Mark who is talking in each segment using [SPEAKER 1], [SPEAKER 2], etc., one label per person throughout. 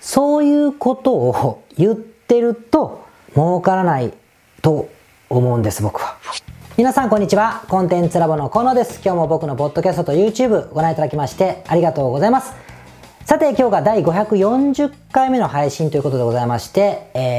[SPEAKER 1] そういうことを言ってると儲からないと思うんです、僕は。皆さんこんにちは。コンテンツラボの河野です。今日も僕のポッドキャストと YouTube ご覧いただきましてありがとうございます。さて今日が第540回目の配信ということでございまして、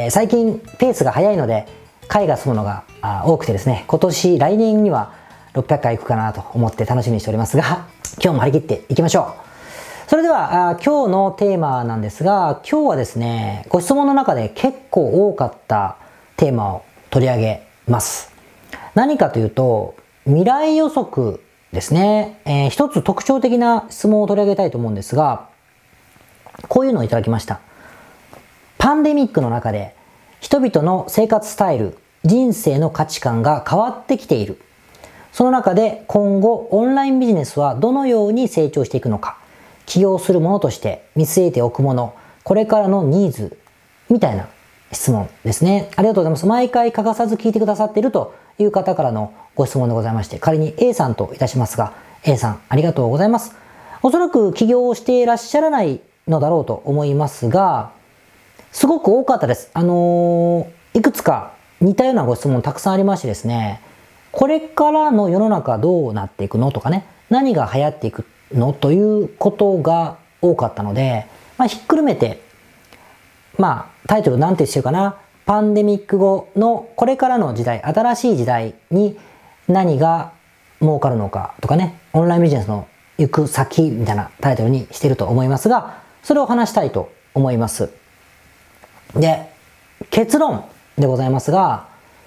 [SPEAKER 1] 最近ペースが早いので回が済むのが多くてですね、来年には600回いくかなと思って楽しみにしておりますが、今日も張り切っていきましょう。それでは今日のテーマなんですが、今日はですね、ご質問の中で結構多かったテーマを取り上げます。何かというと、未来予測ですね。一つ特徴的な質問を取り上げたいと思うんですが、こういうのをいただきました。パンデミックの中で人々の生活スタイル、人生の価値観が変わってきている。その中で今後オンラインビジネスはどのように成長していくのか、起業するものとして見据えておくもの、これからのニーズみたいな質問ですね。ありがとうございます。毎回欠かさず聞いてくださっているという方からのご質問でございまして、仮に A さんといたしますが、A さんありがとうございます。おそらく起業をしていらっしゃらないのだろうと思いますが、すごく多かったです。いくつか似たようなご質問たくさんありましてですね、これからの世の中どうなっていくのとかね、何が流行っていくのということが多かったので、ひっくるめて、タイトルなんてしてるかな、パンデミック後のこれからの時代、新しい時代に何が儲かるのかとかね、オンラインビジネスの行く先みたいなタイトルにしてると思いますが、それを話したいと思います。で、結論でございますが、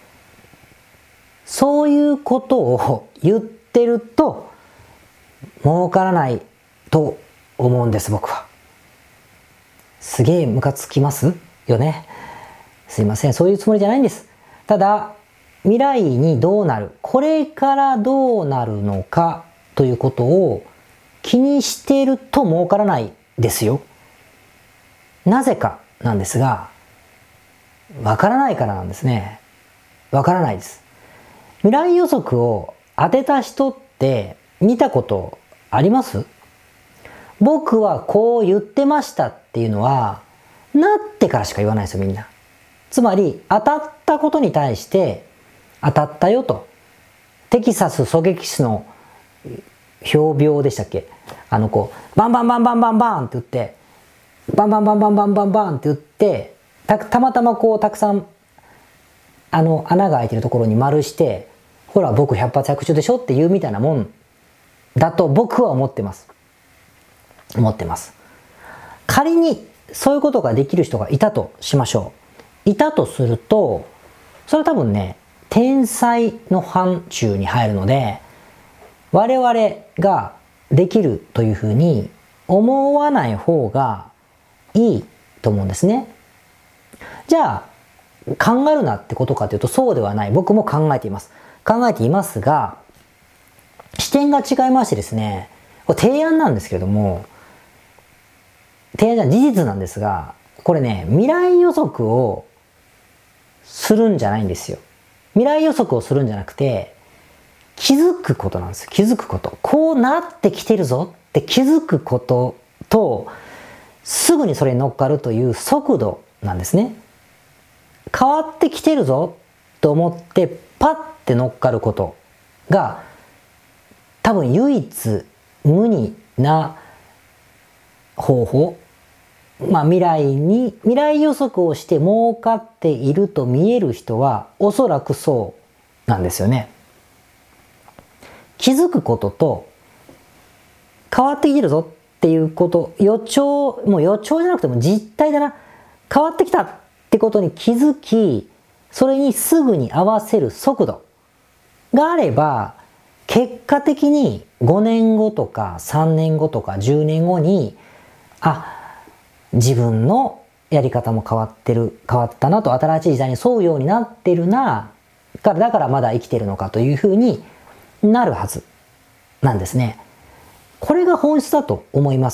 [SPEAKER 1] そういうことを言ってると儲からないと思うんです、僕は。すげえムカつきますよね。すいません、そういうつもりじゃないんです。ただ、未来にどうなる、これからどうなるのかということを気にしていると儲からないですよ。なぜかなんですが、わからないからなんですね。わからないです。未来予測を当てた人って見たことあります？僕はこう言ってましたっていうのはなってからしか言わないですよ、みんな。つまり当たったことに対して当たったよと、テキサス狙撃手の標標でしたっけ、バンバンバンバンバンバンって言ってバンバンバンバンバンバンバンって言ってたまたまたくさん穴が開いてるところに丸して、ほら僕100発100中でしょっていうみたいなもんだと僕は思ってます。仮にそういうことができる人がいたとしましょう。いたとすると、それは多分ね、天才の範疇に入るので、我々ができるというふうに思わない方がいいと思うんですね。じゃあ考えるなってことかというとそうではない。僕も考えていますが、視点が違いましてですね、これ提案なんですけれども、提案じゃ事実なんですが、これね、未来予測をするんじゃないんですよ。未来予測をするんじゃなくて、気づくことなんですよ。気づくこと。こうなってきてるぞって気づくことと、すぐにそれに乗っかるという速度なんですね。変わってきてるぞと思ってパッて乗っかることが多分唯一無二な方法。未来予測をして儲かっていると見える人はおそらくそうなんですよね。気づくことと変わってきてるぞっていうこと、予兆じゃなくても実態だな、変わってきたってことに気づき、それにすぐに合わせる速度があれば、結果的に5年後とか3年後とか10年後に、自分のやり方も変わったなと、新しい時代に沿うようになってるな、だからまだ生きてるのかというふうになるはずなんですね。これが本質だと思います。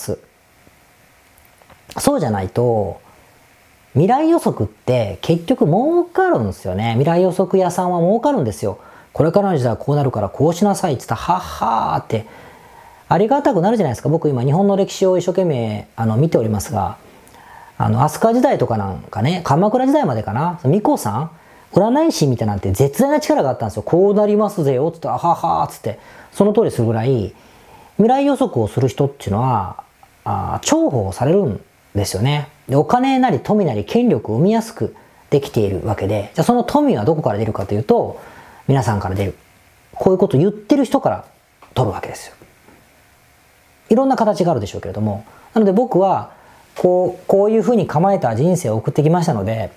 [SPEAKER 1] そうじゃないと、未来予測って結局儲かるんですよね。未来予測屋さんは儲かるんですよ。これからの時代はこうなるからこうしなさいって言ったら、はっはーってありがたくなるじゃないですか。僕今日本の歴史を一生懸命見ておりますが、 飛鳥時代とかなんかね、鎌倉時代までかな、巫女さん、占い師みたいなんて絶大な力があったんですよ。こうなりますぜよ、つって、あははつって、その通りするぐらい、未来予測をする人っていうのは、重宝されるんですよね。で、お金なり富なり権力を生みやすくできているわけで、じゃあその富はどこから出るかというと、皆さんから出る。こういうことを言ってる人から取るわけですよ。いろんな形があるでしょうけれども、なので僕はこういうふうに構えた人生を送ってきましたので、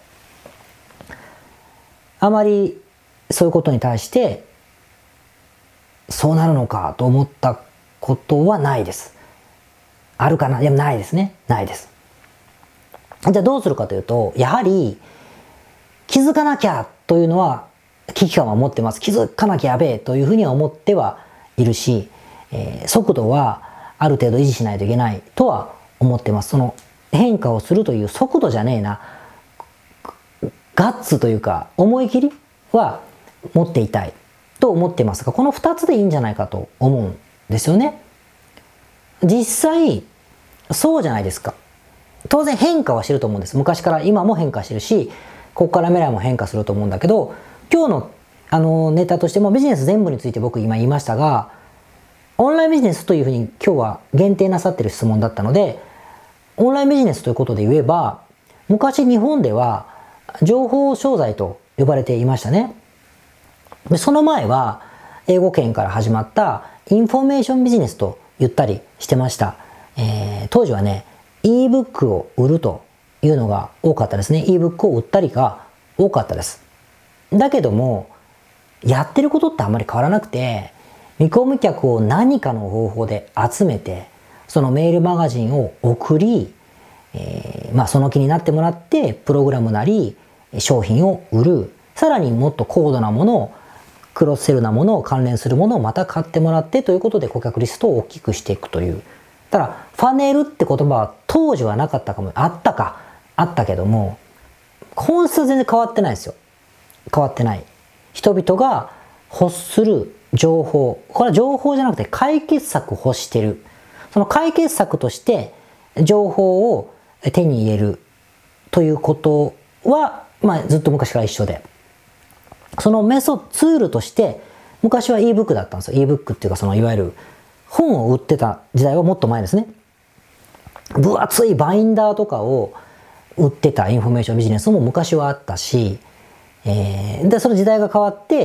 [SPEAKER 1] あまりそういうことに対してそうなるのかと思ったことはないです。あるかな？いや、ないですね。ないです。じゃあどうするかというと、やはり気づかなきゃというのは危機感は持ってます。気づかなきゃやべえというふうには思ってはいるし、速度はある程度維持しないといけないとは思ってます。その変化をするという速度じゃねえな、ガッツというか思い切りは持っていたいと思ってますが、この2つでいいんじゃないかと思うんですよね。実際そうじゃないですか。当然変化はしてると思うんです。昔から今も変化してるし、ここから未来も変化すると思うんだけど、今日のネタとしてもビジネス全部について僕今言いましたが、オンラインビジネスというふうに今日は限定なさってる質問だったので、オンラインビジネスということで言えば、昔日本では情報商材と呼ばれていましたね。でその前は英語圏から始まったインフォメーションビジネスと言ったりしてました。当時はね、ebook を売るというのが多かったですね。ebook を売ったりが多かったです。だけども、やってることってあんまり変わらなくて、見込み客を何かの方法で集めて、そのメールマガジンを送り、その気になってもらってプログラムなり商品を売る。さらにもっと高度なものを、クロスセルなものを、関連するものをまた買ってもらってということで顧客リストを大きくしていくという。ただファネルって言葉は当時はなかったかも。あったけども、本質は全然変わってないですよ。変わってない。人々が欲する情報、これは情報じゃなくて解決策を欲してる。その解決策として情報を手に入れるということは、ずっと昔から一緒で、そのツールとして昔は ebook だったんですよ。ebook っていうか、そのいわゆる本を売ってた時代はもっと前ですね。分厚いバインダーとかを売ってたインフォメーションビジネスも昔はあったし、でその時代が変わって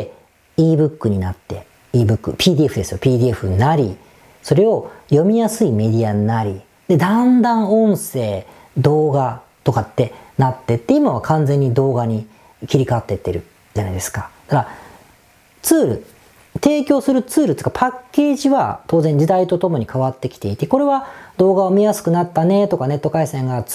[SPEAKER 1] ebook になって、ebook、PDF ですよ。PDF になり、それを読みやすいメディアになり、でだんだん音声、動画とかってなってって、今は完全に動画に切り替わっていってるじゃないですか。だからツール、提供するツールというかパッケージは当然時代とともに変わってきていて、これは動画を見やすくなったねとか、ネット回線が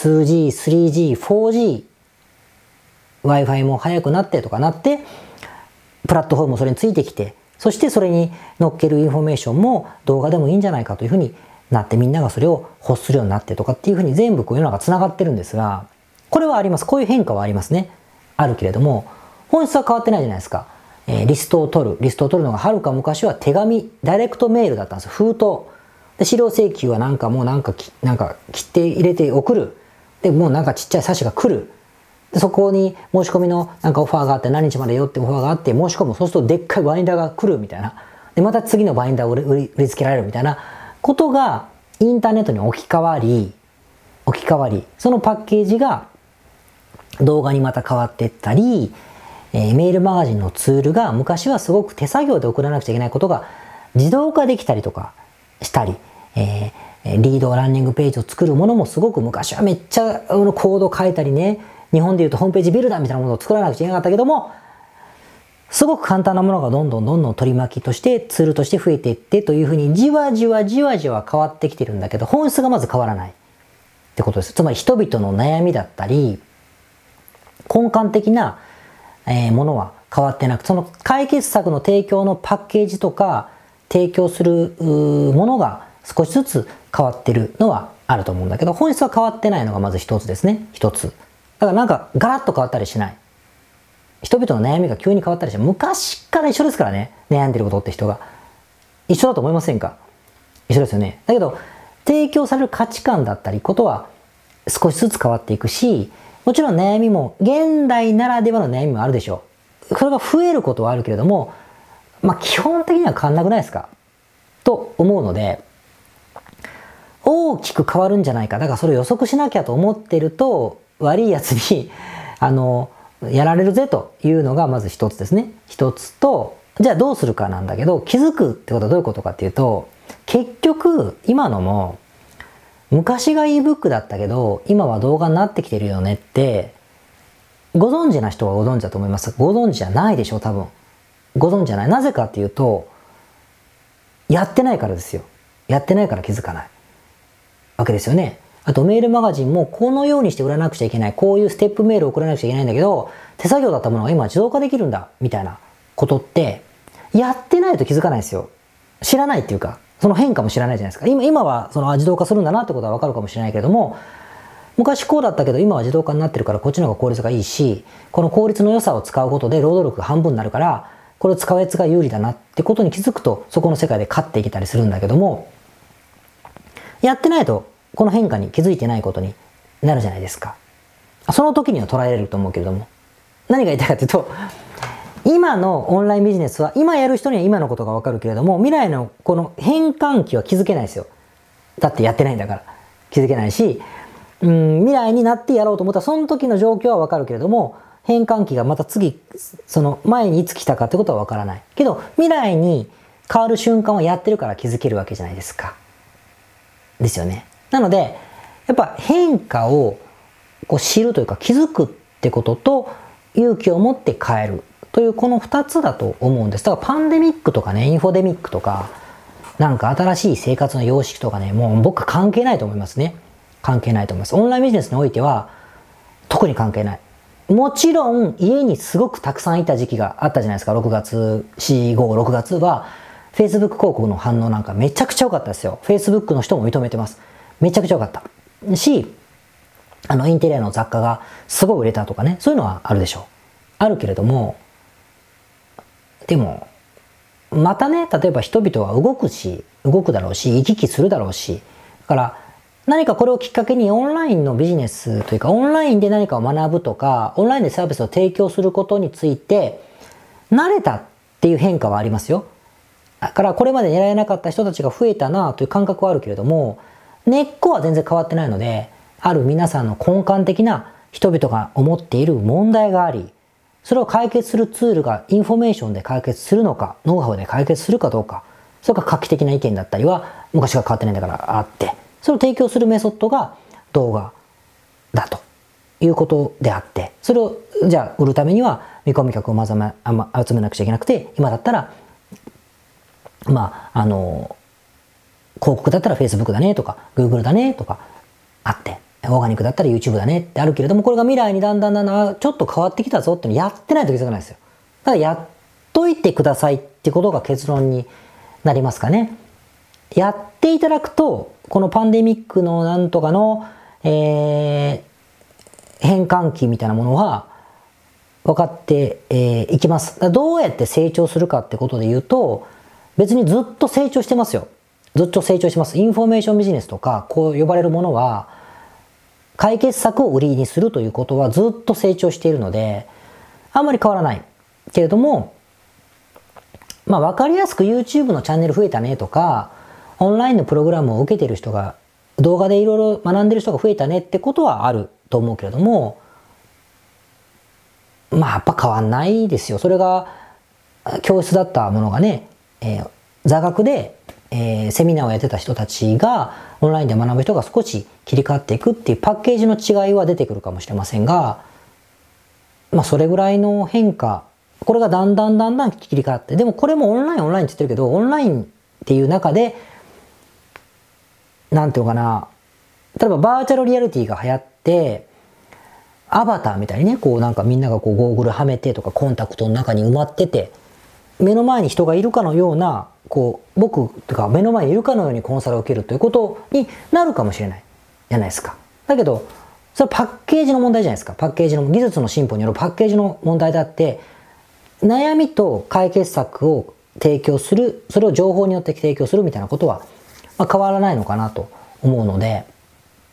[SPEAKER 1] 2G、3G、4G、Wi-Fi も速くなってとかなって、プラットフォームもそれについてきて、そしてそれに乗っけるインフォメーションも動画でもいいんじゃないかというふうになって、みんながそれを欲するようになってとかっていうふうに全部こう世の中つながってるんですが、これはあります。こういう変化はありますね。あるけれども、本質は変わってないじゃないですか。リストを取るのがはるか昔は手紙、ダイレクトメールだったんですよ。封筒で、資料請求はなんか切って入れて送る。でもうなんかちっちゃい冊子が来る。でそこに申し込みのなんかオファーがあって、何日までよってオファーがあって申し込む。そうするとでっかいバインダーが来るみたいな。でまた次のバインダーを売りつけられるみたいなことがインターネットに置き換わり、そのパッケージが動画にまた変わっていったり、メールマガジンのツールが昔はすごく手作業で送らなくちゃいけないことが自動化できたりとかしたり、リードランニングページを作るものもすごく昔はめっちゃコード書いたりね、日本でいうとホームページビルダーみたいなものを作らなくちゃいけなかったけども、すごく簡単なものがどんどん取り巻きとしてツールとして増えていってというふうにじわじわ変わってきてるんだけど、本質がまず変わらないってことです。つまり人々の悩みだったり根幹的なものは変わってなく、その解決策の提供のパッケージとか提供するものが少しずつ変わってるのはあると思うんだけど、本質は変わってないのがまず一つですね。一つだからなんかガラッと変わったりしない。人々の悩みが急に変わったりしない。昔から一緒ですからね。悩んでることって人が一緒だと思いませんか？一緒ですよね。だけど提供される価値観だったりことは少しずつ変わっていくし、もちろん悩みも現代ならではの悩みもあるでしょう。それが増えることはあるけれども、基本的には変わんなくないですかと思うので、大きく変わるんじゃないか。だからそれを予測しなきゃと思ってると、悪いやつにやられるぜというのがまず一つですね。一つと、じゃあどうするかなんだけど、気づくってことはどういうことかっていうと、結局今のも昔が ebook だったけど今は動画になってきてるよねって、ご存知な人はご存知だと思います。ご存知じゃないでしょう、多分。ご存知じゃない。なぜかっていうと、やってないからですよ。やってないから気づかないわけですよね。あとメールマガジンもこのようにして売らなくちゃいけない、こういうステップメールを送らなくちゃいけないんだけど、手作業だったものが今自動化できるんだみたいなことってやってないと気づかないですよ。知らないっていうか、その変化も知らないじゃないですか。今はその自動化するんだなってことはわかるかもしれないけれども、昔こうだったけど今は自動化になってるからこっちの方が効率がいいし、この効率の良さを使うことで労働力が半分になるから、これを使うやつが有利だなってことに気づくと、そこの世界で勝っていけたりするんだけども、やってないとこの変化に気づいてないことになるじゃないですか。その時には捉えられると思うけれども、何が言いたいかというと、今のオンラインビジネスは今やる人には今のことがわかるけれども、未来のこの変換期は気づけないですよ。だってやってないんだから気づけないし、未来になってやろうと思ったらその時の状況はわかるけれども、変換期がまた次その前にいつ来たかってことはわからないけど、未来に変わる瞬間はやってるから気づけるわけじゃないですか。ですよね。なのでやっぱ変化を知るというか気づくってことと、勇気を持って変えるというこの2つだと思うんです。だからパンデミックとかね、インフォデミックとか、なんか新しい生活の様式とかね、もう僕関係ないと思いますね。関係ないと思います。オンラインビジネスにおいては特に関係ない。もちろん家にすごくたくさんいた時期があったじゃないですか。6月、4、5、6月は Facebook 広告の反応なんかめちゃくちゃ良かったですよ。Facebook の人も認めてます。めちゃくちゃ良かったし、インテリアの雑貨がすごい売れたとかね、そういうのはあるでしょう。あるけれども、でもまたね、例えば人々は動くだろうし、行き来するだろうし、だから何かこれをきっかけにオンラインのビジネスというか、オンラインで何かを学ぶとか、オンラインでサービスを提供することについて慣れたっていう変化はありますよ。だからこれまで狙えなかった人たちが増えたなという感覚はあるけれども、根っこは全然変わってないので、ある皆さんの根幹的な人々が思っている問題があり、それを解決するツールがインフォメーションで解決するのか、ノウハウで解決するかどうか、それが画期的な意見だったりは昔が変わってないんだからあって、それを提供するメソッドが動画だということであって、それをじゃあ売るためには見込み客をまず集めなくちゃいけなくて、今だったら広告だったら Facebook だねとか Google だねとかあって、オーガニックだったら YouTube だねってあるけれども、これが未来にだんだんちょっと変わってきたぞってのやってないと気づかないですよ。だからやっといてくださいってことが結論になりますかね。やっていただくと、このパンデミックのなんとかの、変換期みたいなものは分かっていきます。どうやって成長するかってことで言うと、別にずっと成長してますよ。ずっと成長してます。インフォメーションビジネスとかこう呼ばれるものは、解決策を売りにするということはずっと成長しているので、あんまり変わらないけれども、分かりやすく YouTube のチャンネル増えたねとか、オンラインのプログラムを受けている人が、動画でいろいろ学んでる人が増えたねってことはあると思うけれども、やっぱ変わんないですよ。それが教室だったものがね、座学で、セミナーをやってた人たちがオンラインで学ぶ人が少し切り替わっていくっていうパッケージの違いは出てくるかもしれませんが、それぐらいの変化、これがだんだん切り替わって、でもこれもオンラインって言ってるけど、オンラインっていう中でなんていうのかな、例えばバーチャルリアリティが流行って、アバターみたいにね、なんかみんながゴーグルはめてとかコンタクトの中に埋まってて、目の前に人がいるかのような、僕とか目の前にいるかのようにコンサルを受けるということになるかもしれないじゃないですか。だけど、それはパッケージの問題じゃないですか。パッケージの技術の進歩によるパッケージの問題であって、悩みと解決策を提供する、それを情報によって提供するみたいなことは、変わらないのかなと思うので、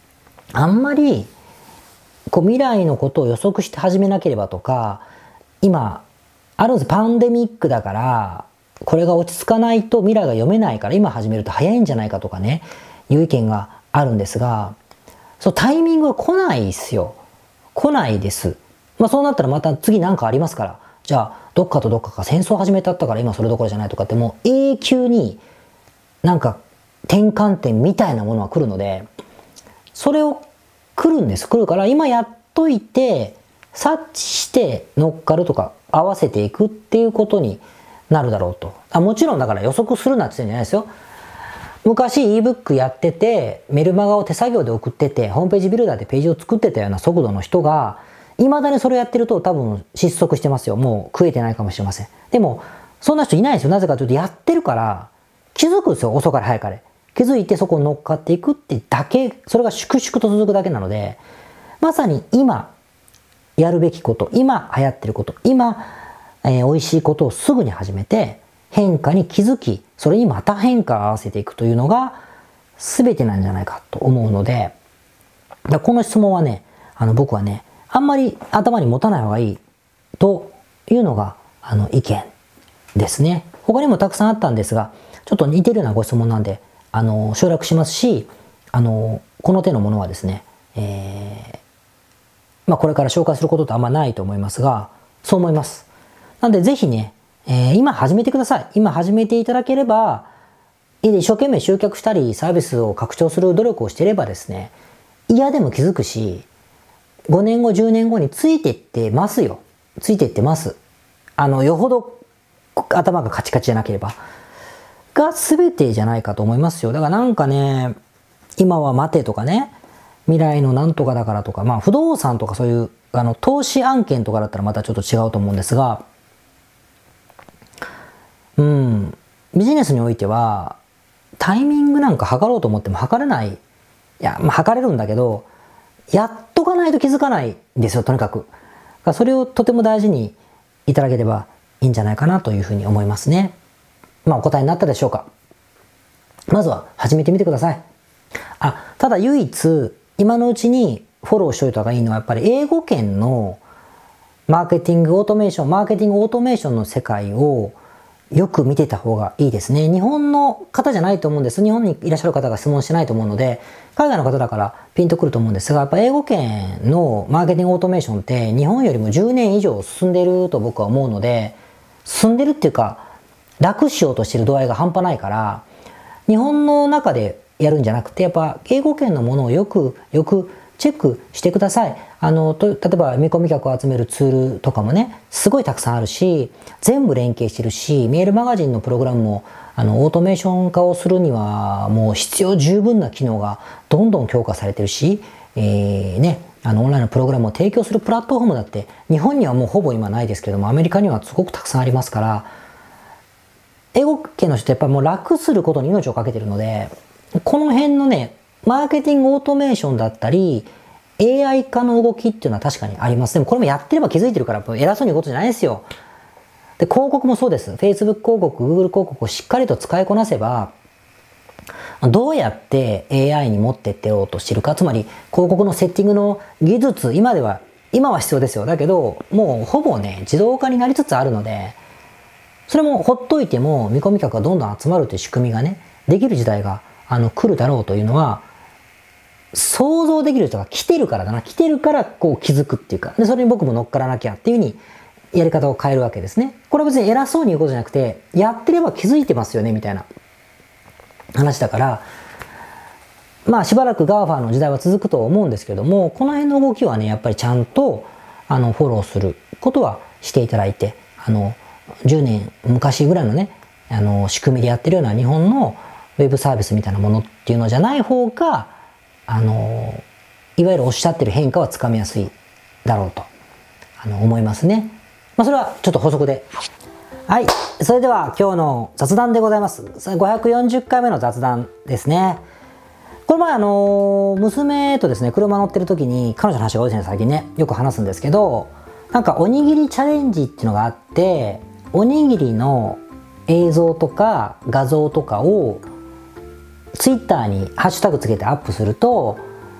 [SPEAKER 1] あんまり未来のことを予測して始めなければとか、今あるんです、パンデミックだからこれが落ち着かないと未来が読めないから今始めると早いんじゃないかとかね、いう意見があるんですが、そのタイミングは来ないですよ。来ないです。そうなったらまた次何かありますから、じゃあどっかとどっかが戦争始めたったから今それどころじゃないとかって、もう永久になんか転換点みたいなものは来るので、それを来るから今やっといて察知して乗っかるとか合わせていくっていうことになるだろうと。もちろんだから予測するなって言ってんじゃないですよ。昔 ebook やっててメルマガを手作業で送っててホームページビルダーでページを作ってたような速度の人が未だにそれをやってると多分失速してますよ。もう食えてないかもしれません。でもそんな人いないですよ。なぜかというとやってるから気づくんですよ。遅かれ早かれ気づいてそこに乗っかっていくってだけ、それが粛々と続くだけなので、まさに今やるべきこと、今流行ってること、今、美味しいことをすぐに始めて変化に気づき、それにまた変化を合わせていくというのが全てなんじゃないかと思うので、この質問はね、僕はね、あんまり頭に持たない方がいいというのが意見ですね。他にもたくさんあったんですが、ちょっと似てるようなご質問なんで省略しますし、この手のものはですね、これから紹介することってあんまないと思いますが、そう思います。なんでぜひね、今始めてください。今始めていただければ、一生懸命集客したりサービスを拡張する努力をしていればですね、嫌でも気づくし、5年後10年後についていってますよ。ついていってます。よほど頭がカチカチじゃなければが全てじゃないかと思いますよ。だからなんかね、今は待てとかね、未来のなんとかだからとか、不動産とかそういう投資案件とかだったらまたちょっと違うと思うんですが、ビジネスにおいてはタイミングなんか測ろうと思っても測れない。いや、測れるんだけど、やっとかないと気づかないんですよ、とにかく。それをとても大事にいただければいいんじゃないかなというふうに思いますね。お答えになったでしょうか。まずは始めてみてください。ただ唯一今のうちにフォローしておいた方がいいのは、やっぱり英語圏のマーケティングオートメーションの世界をよく見てた方がいいですね。日本の方じゃないと思うんです。日本にいらっしゃる方が質問してないと思うので、海外の方だからピンとくると思うんですが、やっぱ英語圏のマーケティングオートメーションって日本よりも10年以上進んでいると僕は思うので、進んでるっていうか楽しようとしてる度合いが半端ないから、日本の中でやるんじゃなくて、やっぱ英語圏のものをよくチェックしてください。例えば見込み客を集めるツールとかもね、すごいたくさんあるし、全部連携してるし、メールマガジンのプログラムもオートメーション化をするにはもう必要十分な機能がどんどん強化されてるし、オンラインのプログラムを提供するプラットフォームだって日本にはもうほぼ今ないですけども、アメリカにはすごくたくさんありますから、英語圏の人ってやっぱりもう楽することに命をかけてるので、この辺のね、マーケティングオートメーションだったり AI 化の動きっていうのは確かにあります。でもこれもやってれば気づいてるから偉そうに言うことじゃないですよ。で、広告もそうです。Facebook 広告、Google 広告をしっかりと使いこなせば、どうやって AI に持ってってようとしてるか、つまり広告のセッティングの技術、今は必要ですよ。だけどもうほぼね、自動化になりつつあるので、それもほっといても見込み客がどんどん集まるという仕組みがね、できる時代が来るだろうというのは想像できる人が来てるからこう気づくっていうか、でそれに僕も乗っからなきゃっていうふうにやり方を変えるわけですね。これは別に偉そうに言うことじゃなくて、やってれば気づいてますよねみたいな話だから、しばらく GAFA の時代は続くと思うんですけども、この辺の動きはね、やっぱりちゃんとフォローすることはしていただいて、10年昔ぐらいのね、仕組みでやってるような日本のウェブサービスみたいなものっていうのじゃない方が、いわゆるおっしゃってる変化はつかみやすいだろうと思いますね。それはちょっと補足で。はい。それでは今日の雑談でございます。540回目の雑談ですね。この前娘とですね、車乗ってる時に、彼女の話が多いですね、最近ね。よく話すんですけど、なんかおにぎりチャレンジっていうのがあって、おにぎりの映像とか画像とかをツイッターにハッシュタグつけてアップすると、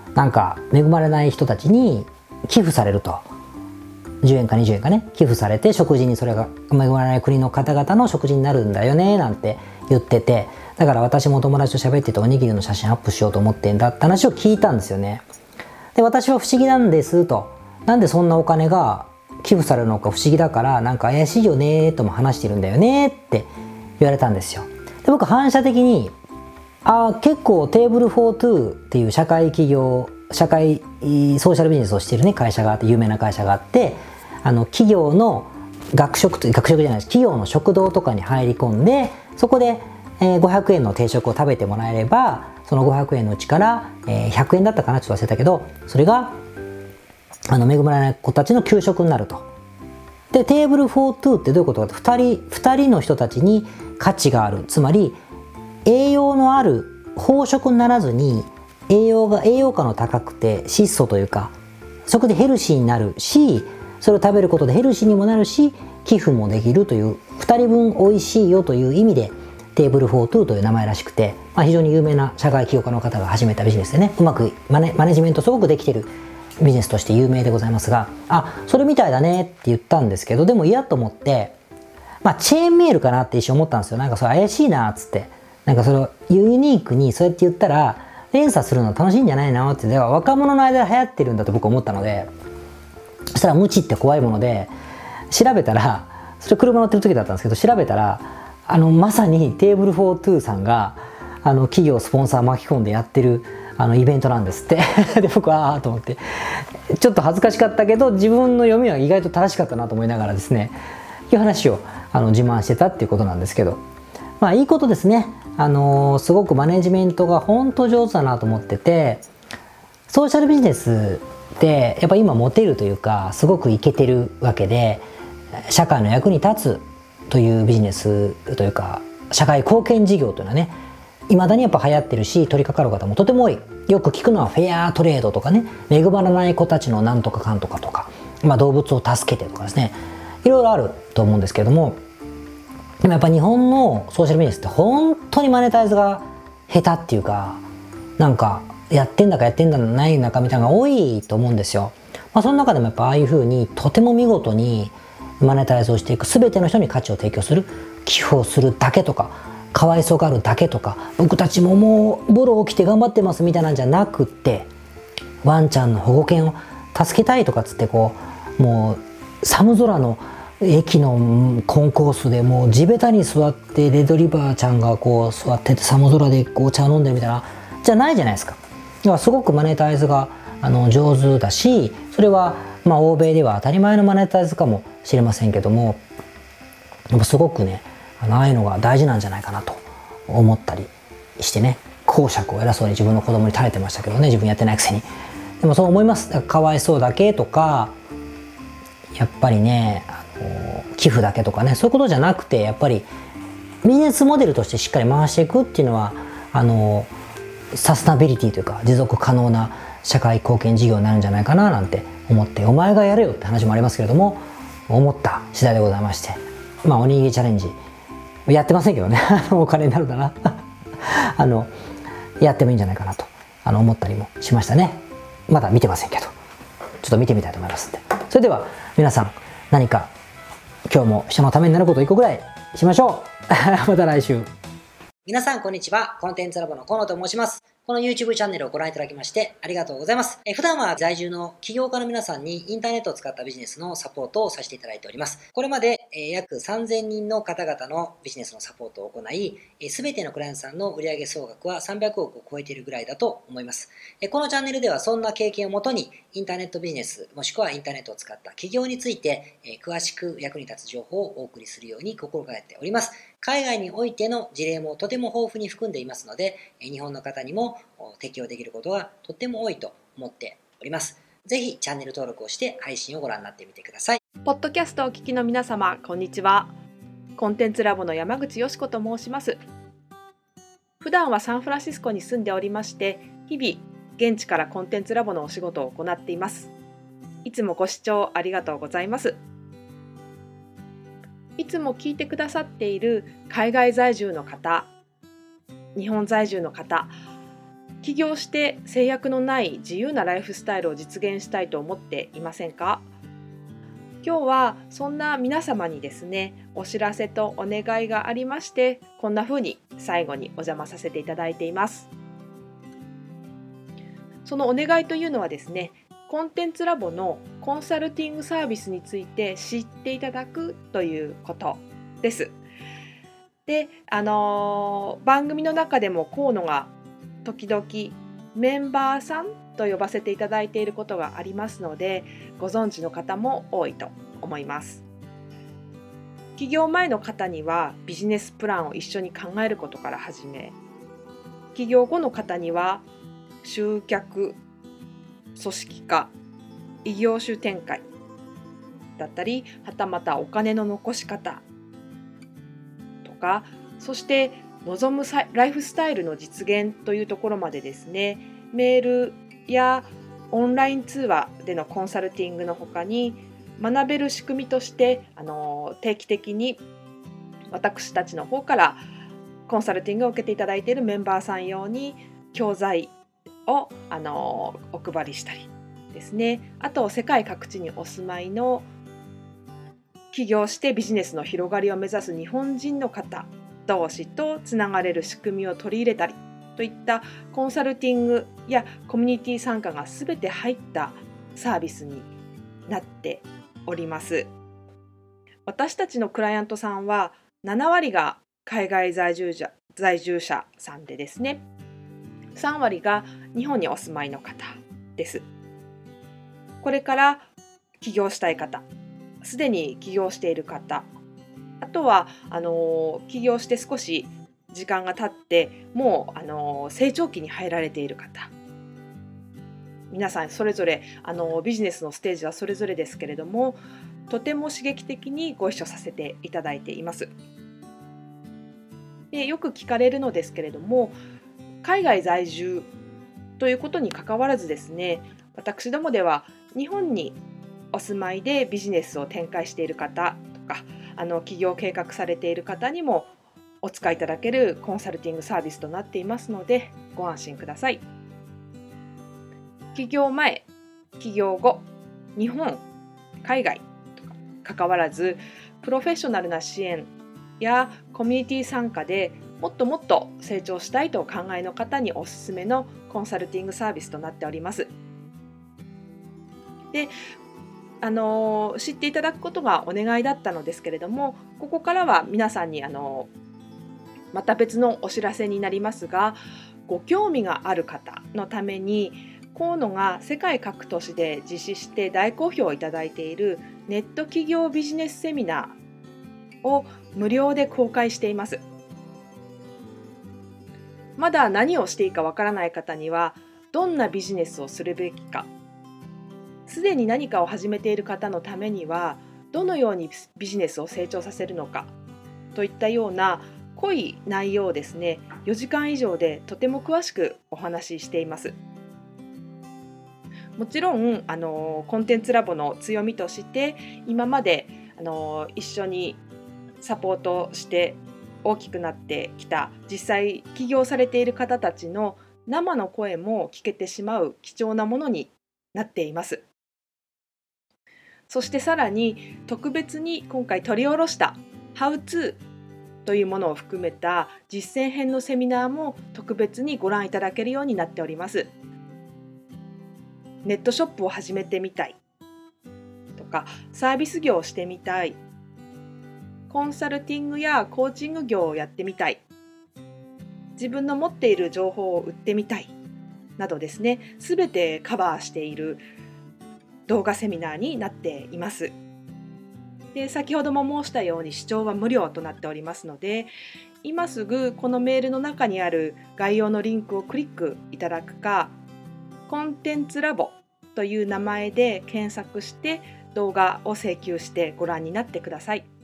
[SPEAKER 1] なんか恵まれない人たちに寄付されると、10円か20円かね寄付されて、食事にそれが恵まれない国の方々の食事になるんだよねなんて言ってて、だから私も友達と喋ってておにぎりの写真アップしようと思ってんだって話を聞いたんですよね。で私は不思議なんですと、なんでそんなお金が寄付されるのか不思議だから、なんか怪しいよねとも話してるんだよねって言われたんですよ。で僕反射的に結構テーブルフォートゥーっていう社会ソーシャルビジネスをしているね会社があって、有名な会社があって、企業の学食じゃないです、企業の食堂とかに入り込んで、そこで500円の定食を食べてもらえれば、その500円のうちから100円だったかな、ちょっと忘れたけど、それが恵まれない子たちの給食になると。でテーブルフォートゥーってどういうことかと、2人の人たちに価値がある、つまり栄養のある飽食にならずに、栄養価の高くて質素というか、そこでヘルシーになるし、それを食べることでヘルシーにもなるし寄付もできるという、2人分美味しいよという意味でテーブルフォートゥーという名前らしくて、非常に有名な社会起業家の方が始めたビジネスでね、うまくマネジメントすごくできているビジネスとして有名でございますが、それみたいだねって言ったんですけど、でも嫌と思って、チェーンメールかなって一瞬思ったんですよ。なんかそれ怪しいなっつって、なんかそれをユニークにそうやって言ったら連鎖するの楽しいんじゃないのって、では若者の間で流行ってるんだと僕は思ったので、そしたら無知って怖いもので調べたら、それ車乗ってる時だったんですけど、調べたらまさにテーブルフォートゥーさんが企業スポンサー巻き込んでやってるイベントなんですってで僕はと思って、ちょっと恥ずかしかったけど自分の読みは意外と正しかったなと思いながらですね、いう話を自慢してたっていうことなんですけど、いいことですね。すごくマネジメントが本当上手だなと思ってて、ソーシャルビジネスってやっぱ今モテるというか、すごくイケてるわけで、社会の役に立つというビジネスというか、社会貢献事業というのはね、未だにやっぱ流行ってるし、取り掛かる方もとても多い。よく聞くのはフェアトレードとかね、恵まれない子たちのなんとかかんとかとか、動物を助けてとかですね、いろいろあると思うんですけれども、でもやっぱ日本のソーシャルビジネスって本当にマネタイズが下手っていうか、なんかやってんだかやってんだないんだかみたいなのが多いと思うんですよ。その中でもやっぱああいう風にとても見事にマネタイズをしていく、全ての人に価値を提供する、寄付をするだけとか、かわいそうがあるだけとか、僕たちももうボロ起きて頑張ってますみたいなんじゃなくって、ワンちゃんの保護犬を助けたいとかっつって、こうもう寒空の駅のコンコースでもう地べたに座ってレッドリバーちゃんがこう座ってて寒空でお茶飲んでるみたいなじゃないじゃないですか。だからすごくマネタイズが上手だし、それは欧米では当たり前のマネタイズかもしれませんけども、やっぱすごくね、ああいうのが大事なんじゃないかなと思ったりしてね、講釈を偉そうに自分の子供に垂れてましたけどね、自分やってないくせに。でもそう思います。かわいそうだけとか、やっぱりね、寄付だけとかね、そういうことじゃなくて、やっぱりビジネスモデルとしてしっかり回していくっていうのはサステナビリティというか持続可能な社会貢献事業になるんじゃないかななんて思って、お前がやれよって話もありますけれども、思った次第でございまして、おにぎりチャレンジやってませんけどねお金になるかなやってもいいんじゃないかなと思ったりもしましたね。まだ見てませんけど、ちょっと見てみたいと思いますんで。それでは皆さん、何か今日も人のためになることを1個ぐらいしましょうまた来週。皆さんこんにちは。コンテンツラボの河野と申します。この YouTube チャンネルをご覧いただきましてありがとうございます。普段は在住の起業家の皆さんにインターネットを使ったビジネスのサポートをさせていただいております。これまで約3000人の方々のビジネスのサポートを行い、すべてのクライアントさんの売上総額は300億を超えているぐらいだと思います。このチャンネルではそんな経験をもとにインターネットビジネスもしくはインターネットを使った起業について詳しく役に立つ情報をお送りするように心がけております。海外においての事例もとても豊富に含んでいますので、日本の方にも適用できることがとっても多いと思っております。ぜひチャンネル登録をして配信をご覧になってみてください。
[SPEAKER 2] ポッドキャストをお聞きの皆様、こんにちは。コンテンツラボの山口よしこと申します。普段はサンフランシスコに住んでおりまして、日々現地からコンテンツラボのお仕事を行っています。いつもご視聴ありがとうございます。いつも聞いてくださっている海外在住の方、日本在住の方、 起業して制約のない自由なライフスタイルを実現したいと思っていませんか？今日はそんな皆様にですね、お知らせとお願いがありまして、こんな風に最後にお邪魔させていただいています。そのお願いというのはですね、コンテンツラボのコンサルティングサービスについて知っていただくということです。で、番組の中でも河野が時々メンバーさんと呼ばせていただいていることがありますので、ご存知の方も多いと思います。起業前の方にはビジネスプランを一緒に考えることから始め、起業後の方には集客、組織化、異業種展開だったり、はたまたお金の残し方とか、そして望むライフスタイルの実現というところまでですね、メールやオンライン通話でのコンサルティングの他に、学べる仕組みとして定期的に私たちの方からコンサルティングを受けていただいているメンバーさん用に教材をお配りしたりですね、あと世界各地にお住まいの起業してビジネスの広がりを目指す日本人の方同士とつながれる仕組みを取り入れたりといったコンサルティングやコミュニティ参加が全て入ったサービスになっております。私たちのクライアントさんは7割が海外在住者さんでですね、3割が日本にお住まいの方です。これから起業したい方、すでに起業している方、あとは起業して少し時間が経ってもう成長期に入られている方、皆さんそれぞれビジネスのステージはそれぞれですけれども、とても刺激的にご一緒させていただいています。で、よく聞かれるのですけれども、海外在住ということに関わらずですね、私どもでは日本にお住まいでビジネスを展開している方とか、起業計画されている方にもお使いいただけるコンサルティングサービスとなっていますので、ご安心ください。起業前、起業後、日本、海外とか関わらず、プロフェッショナルな支援やコミュニティ参加でもっともっと成長したいとお考えの方におすすめのコンサルティングサービスとなっております。で、知っていただくことがお願いだったのですけれども、ここからは皆さんにまた別のお知らせになりますが、ご興味がある方のために河野が世界各都市で実施して大好評をいただいているネット企業ビジネスセミナーを無料で公開しています。まだ何をしていいかわからない方には、どんなビジネスをするべきか、すでに何かを始めている方のためにはどのようにビジネスを成長させるのかといったような濃い内容をですね、4時間以上でとても詳しくお話ししています。もちろんコンテンツラボの強みとして、今まで一緒にサポートして大きくなってきた、実際起業されている方たちの生の声も聞けてしまう貴重なものになっています。そしてさらに特別に今回取り下ろしたHow to というものを含めた実践編のセミナーも特別にご覧いただけるようになっております。ネットショップを始めてみたいとか、サービス業をしてみたい、コンサルティングやコーチング業をやってみたい、自分の持っている情報を売ってみたいなどですね、すべてカバーしている動画セミナーになっています。で、先ほども申したように視聴は無料となっておりますので、今すぐこのメールの中にある概要のリンクをクリックいただくか、コンテンツラボという名前で検索して動画を請求してご覧になってください。